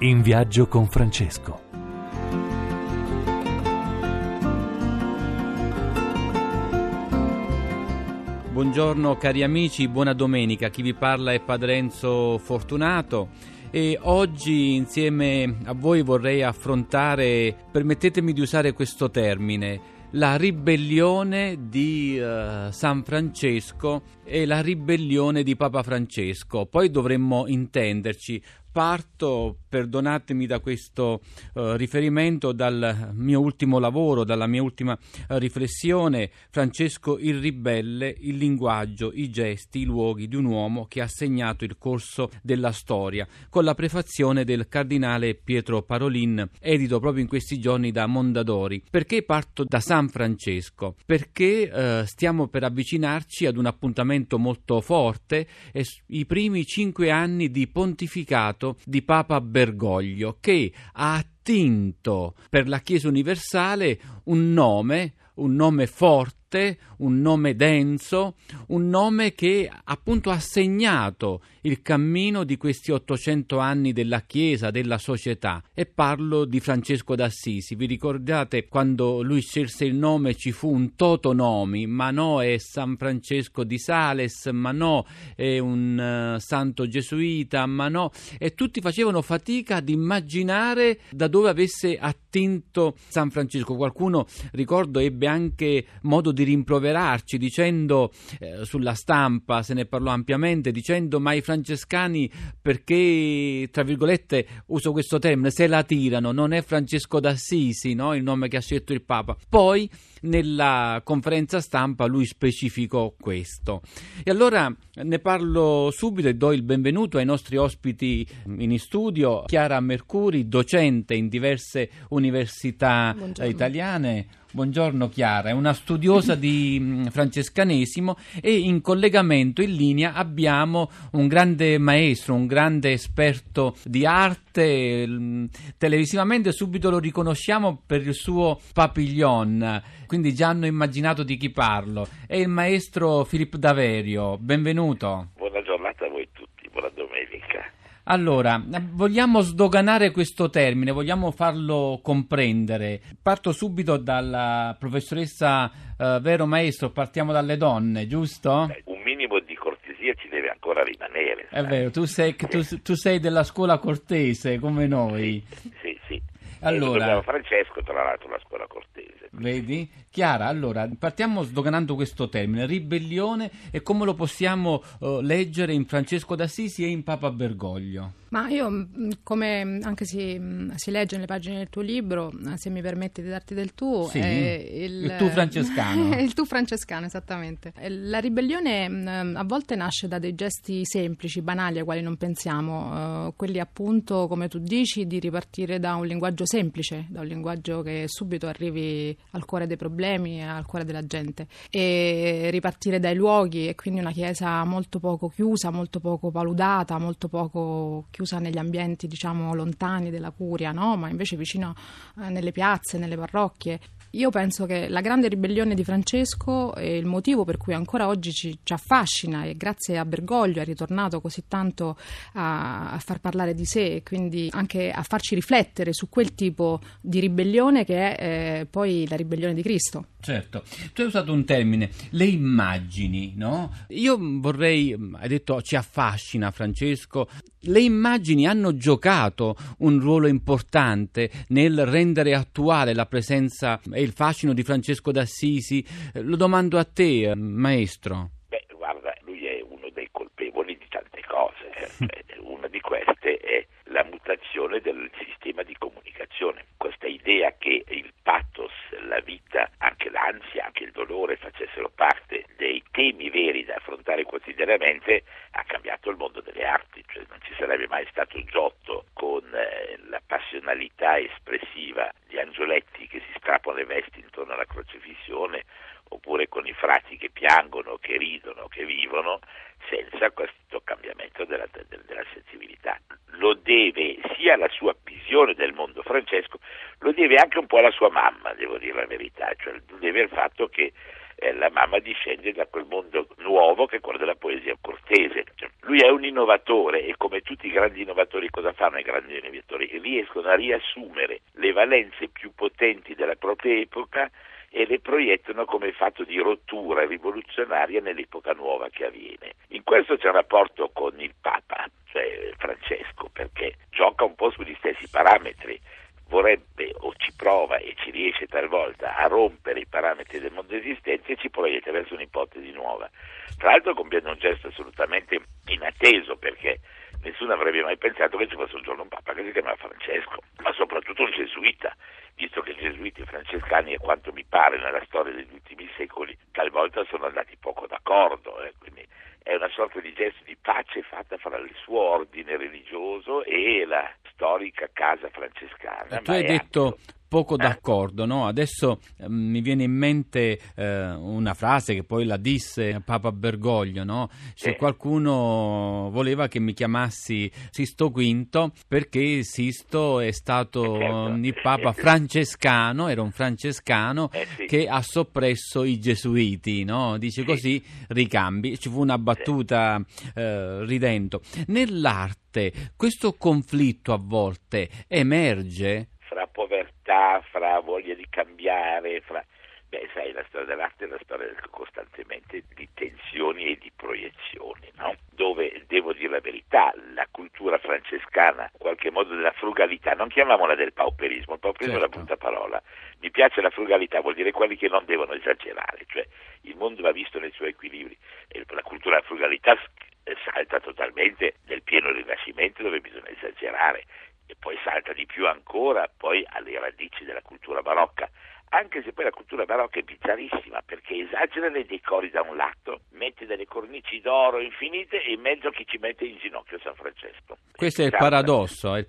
In viaggio con Francesco. Buongiorno cari amici, buona domenica. Chi vi parla è Padre Enzo Fortunato e oggi insieme a voi vorrei affrontare, permettetemi di usare questo termine, la ribellione di San Francesco e la ribellione di Papa Francesco. Poi dovremmo intenderci. Parto, perdonatemi da questo riferimento, dal mio ultimo lavoro, dalla mia ultima riflessione, Francesco il ribelle, il linguaggio, i gesti, i luoghi di un uomo che ha segnato il corso della storia, con la prefazione del cardinale Pietro Parolin, edito proprio in questi giorni da Mondadori. Perché parto da San Francesco? Perché stiamo per avvicinarci ad un appuntamento molto forte, i primi 5 anni di pontificato di Papa Bergoglio, che ha attinto per la Chiesa universale un nome forte, un nome denso, un nome che appunto ha segnato il cammino di questi 800 anni della Chiesa, della società. E parlo di Francesco d'Assisi. Vi ricordate quando lui scelse il nome ci fu un totonomi, ma no è San Francesco di Sales, ma no è un santo gesuita, ma no, e tutti facevano fatica ad immaginare da dove avesse attinto San Francesco. Qualcuno, ricordo, ebbe anche modo di rimproverarci dicendo, sulla stampa se ne parlò ampiamente, dicendo: ma i francescani perché, tra virgolette, uso questo termine, se la tirano, non è Francesco d'Assisi, no? Il nome che ha scelto il Papa. Poi nella conferenza stampa lui specificò questo. E allora ne parlo subito e do il benvenuto ai nostri ospiti in studio. Chiara Mercuri, docente in diverse università italiane. Buongiorno Chiara, è una studiosa di francescanesimo e in collegamento in linea abbiamo un grande maestro, un grande esperto di arte, televisivamente subito lo riconosciamo per il suo papillon, quindi già hanno immaginato di chi parlo, è il maestro Filippo Daverio, benvenuto. Buona giornata a voi tutti, buona domenica. Allora, vogliamo sdoganare questo termine, vogliamo farlo comprendere. Parto subito dalla professoressa Vero Maestro, partiamo dalle donne, giusto? Un minimo di cortesia ci deve ancora rimanere. È vero, tu sei della scuola cortese, come noi. Sì. Allora, Francesco, tra l'altro, la scuola cortese. Vedi? Chiara, allora, partiamo sdoganando questo termine, ribellione, e come lo possiamo leggere in Francesco d'Assisi e in Papa Bergoglio. Ma io, come anche si legge nelle pagine del tuo libro, se mi permetti di darti del tu, sì, il tu francescano. Il tu francescano, esattamente. La ribellione a volte nasce da dei gesti semplici, banali, ai quali non pensiamo, quelli appunto, come tu dici, di ripartire da un linguaggio semplice, da un linguaggio che subito arrivi al cuore dei problemi, al cuore della gente, e ripartire dai luoghi, e quindi una chiesa molto poco chiusa, molto poco paludata, molto poco chiusa negli ambienti, diciamo, lontani della curia, no? Ma invece vicino nelle piazze, nelle parrocchie. Io penso che la grande ribellione di Francesco e il motivo per cui ancora oggi ci affascina, e grazie a Bergoglio è ritornato così tanto a far parlare di sé, e quindi anche a farci riflettere su quel tipo di ribellione che è poi la ribellione di Cristo. Certo, tu hai usato un termine, le immagini, no? Io vorrei, hai detto ci affascina Francesco, le immagini hanno giocato un ruolo importante nel rendere attuale la presenza e il fascino di Francesco d'Assisi. Lo domando a te, maestro. Beh, guarda, lui è uno dei colpevoli di tante cose. Una di queste è la mutazione del sistema di comunicazione. Questa idea che il pathos, la vita, anche l'ansia, anche il dolore facessero parte dei temi veri da affrontare quotidianamente ha cambiato il mondo delle arti. Cioè, non ci sarebbe mai stato Giotto con la passionalità espressiva di angioletti che si strappano le vesti intorno alla crocifissione, oppure con i frati che piangono, che ridono, che vivono, senza questo cambiamento della sensibilità. Lo deve sia alla sua visione del mondo Francesco, lo deve anche un po' alla sua mamma, devo dire la verità, cioè lo deve al fatto che la mamma discende da quel mondo nuovo che è quello della poesia cortese. Cioè, lui è un innovatore, e come tutti i grandi innovatori cosa fanno i grandi innovatori? Riescono a riassumere le valenze più potenti della propria epoca e le proiettano come fatto di rottura rivoluzionaria nell'epoca nuova che avviene. In questo c'è un rapporto con il Papa, cioè Francesco, perché gioca un po' sugli stessi parametri. Vorrebbe o ci prova e ci riesce talvolta a rompere i parametri del mondo esistente e ci proietta verso un'ipotesi nuova. Tra l'altro compiendo un gesto assolutamente inatteso, perché nessuno avrebbe mai pensato che ci fosse un giorno un Papa che si chiamava Francesco, ma soprattutto un gesuita, visto che i gesuiti francescani, a quanto mi pare nella storia degli ultimi secoli, talvolta sono andati poco d'accordo, quindi è una sorta di gesto di pace fatta fra il suo ordine religioso e la storica casa francescana. Tu hai detto poco d'accordo, no? Adesso mi viene in mente una frase che poi la disse Papa Bergoglio, no? Cioè, qualcuno voleva che mi chiamassi Sisto V perché Sisto è stato il Papa francescano, era un francescano che ha soppresso i gesuiti, no? Dice così ricambi. Ci fu una battuta ridendo. Nell'arte questo conflitto a volte emerge fra povertà, fra voglia di cambiare, sai, la storia dell'arte è la storia costantemente di tensioni e di proiezioni, no? Dove, devo dire la verità, la cultura francescana, in qualche modo della frugalità, non chiamiamola del pauperismo, il pauperismo è una brutta parola, mi piace la frugalità, vuol dire quelli che non devono esagerare, cioè il mondo va visto nei suoi equilibri, e la cultura della frugalità salta totalmente nel pieno Rinascimento dove bisogna esagerare, e poi salta di più ancora poi alle radici della cultura barocca, anche se poi la cultura barocca è bizzarrissima perché esagera nei decori da un lato, mette delle cornici d'oro infinite e in mezzo chi ci mette in ginocchio San Francesco. Questo è il paradosso, sì,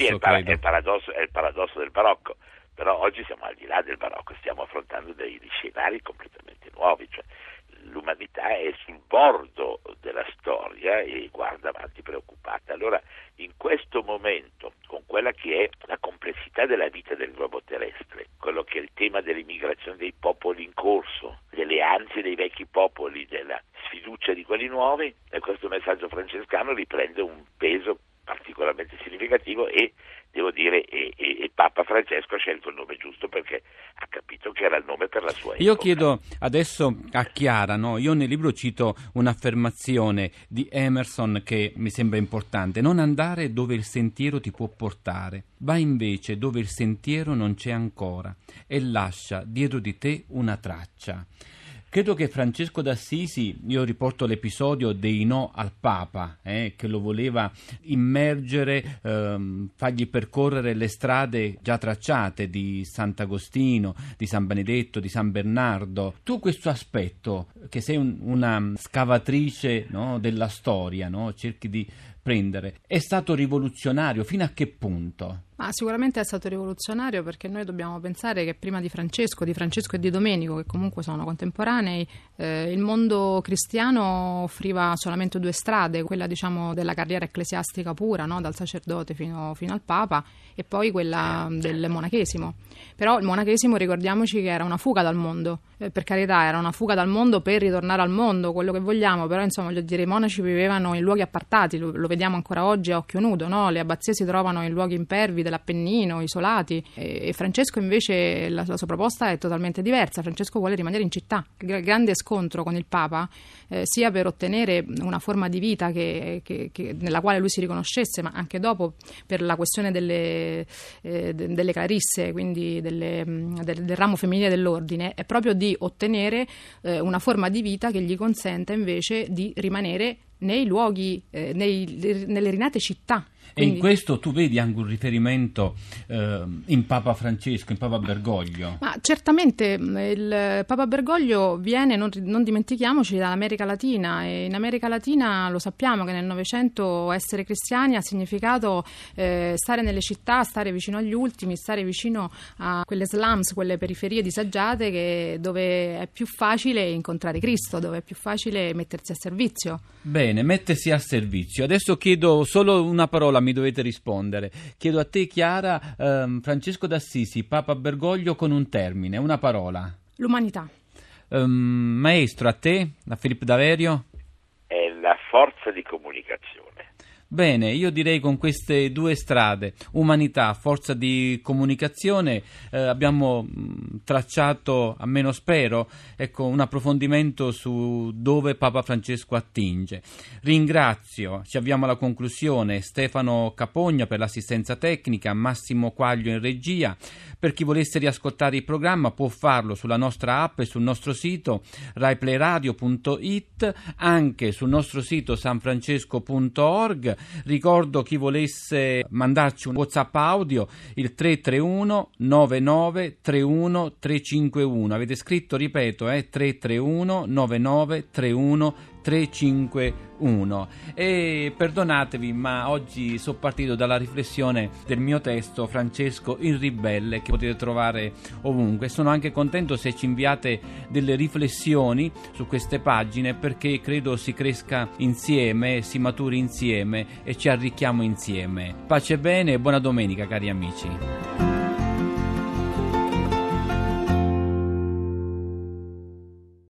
è il paradosso del barocco, però oggi siamo al di là del barocco, stiamo affrontando dei scenari completamente nuovi, cioè l'umanità è sul bordo della storia e guarda avanti preoccupata. Allora, in questo momento, con quella che è la complessità della vita del globo terrestre, quello che è il tema dell'immigrazione dei popoli in corso, delle ansie dei vecchi popoli, della sfiducia di quelli nuovi, e questo messaggio francescano riprende un peso particolarmente significativo e devo dire e Papa Francesco ha scelto il nome giusto perché ha capito che era il nome per la sua epoca. Io chiedo adesso a Chiara, no? Io nel libro cito un'affermazione di Emerson che mi sembra importante: non andare dove il sentiero ti può portare, va invece dove il sentiero non c'è ancora e lascia dietro di te una traccia. Credo che Francesco d'Assisi, io riporto l'episodio dei no al Papa, che lo voleva immergere, fargli percorrere le strade già tracciate di Sant'Agostino, di San Benedetto, di San Bernardo. Tu questo aspetto, che sei una scavatrice, no, della storia, no, cerchi di prendere, è stato rivoluzionario fino a che punto? Sicuramente è stato rivoluzionario perché noi dobbiamo pensare che prima di Francesco e di Domenico, che comunque sono contemporanei, il mondo cristiano offriva solamente due strade, quella diciamo della carriera ecclesiastica pura, no? Dal sacerdote fino al Papa, e poi quella del monachesimo. Però il monachesimo, ricordiamoci che era una fuga dal mondo, per carità era una fuga dal mondo per ritornare al mondo, quello che vogliamo, però insomma voglio dire, i monaci vivevano in luoghi appartati, lo vediamo ancora oggi a occhio nudo, no? Le abbazie si trovano in luoghi impervi dell'Appennino, isolati, e Francesco invece la sua proposta è totalmente diversa. Francesco vuole rimanere in città. Il grande scontro con il Papa, sia per ottenere una forma di vita che nella quale lui si riconoscesse, ma anche dopo per la questione delle clarisse, quindi del ramo femminile dell'ordine, è proprio di ottenere una forma di vita che gli consenta invece di rimanere nei luoghi, nelle rinate città. Quindi... E in questo tu vedi anche un riferimento in Papa Francesco, in Papa Bergoglio? Ma certamente il Papa Bergoglio viene, non dimentichiamoci, dall'America Latina, e in America Latina lo sappiamo che nel Novecento essere cristiani ha significato stare nelle città, stare vicino agli ultimi, stare vicino a quelle slums, quelle periferie disagiate dove è più facile incontrare Cristo, dove è più facile mettersi a servizio. Bene, mettersi a servizio. Adesso chiedo solo una parola, mi dovete rispondere. Chiedo a te, Chiara, Francesco d'Assisi, Papa Bergoglio, con un termine, una parola. L'umanità. Maestro, a te, a Filippo Daverio? È la forza di comunicazione. Bene, io direi con queste due strade, umanità, forza di comunicazione, abbiamo tracciato, almeno spero, un approfondimento su dove Papa Francesco attinge. Ringrazio, ci avviamo alla conclusione, Stefano Capogna per l'assistenza tecnica, Massimo Quaglio in regia. Per chi volesse riascoltare il programma può farlo sulla nostra app e sul nostro sito raiplayradio.it, anche sul nostro sito sanfrancesco.org. Ricordo chi volesse mandarci un WhatsApp audio, il 331 99 31 351. Avete scritto, ripeto, 331 99 31 351. E perdonatevi, ma oggi sono partito dalla riflessione del mio testo Francesco il Ribelle, che potete trovare ovunque. Sono anche contento se ci inviate delle riflessioni su queste pagine, perché credo si cresca insieme, si maturi insieme e ci arricchiamo insieme. Pace e bene e buona domenica, cari amici.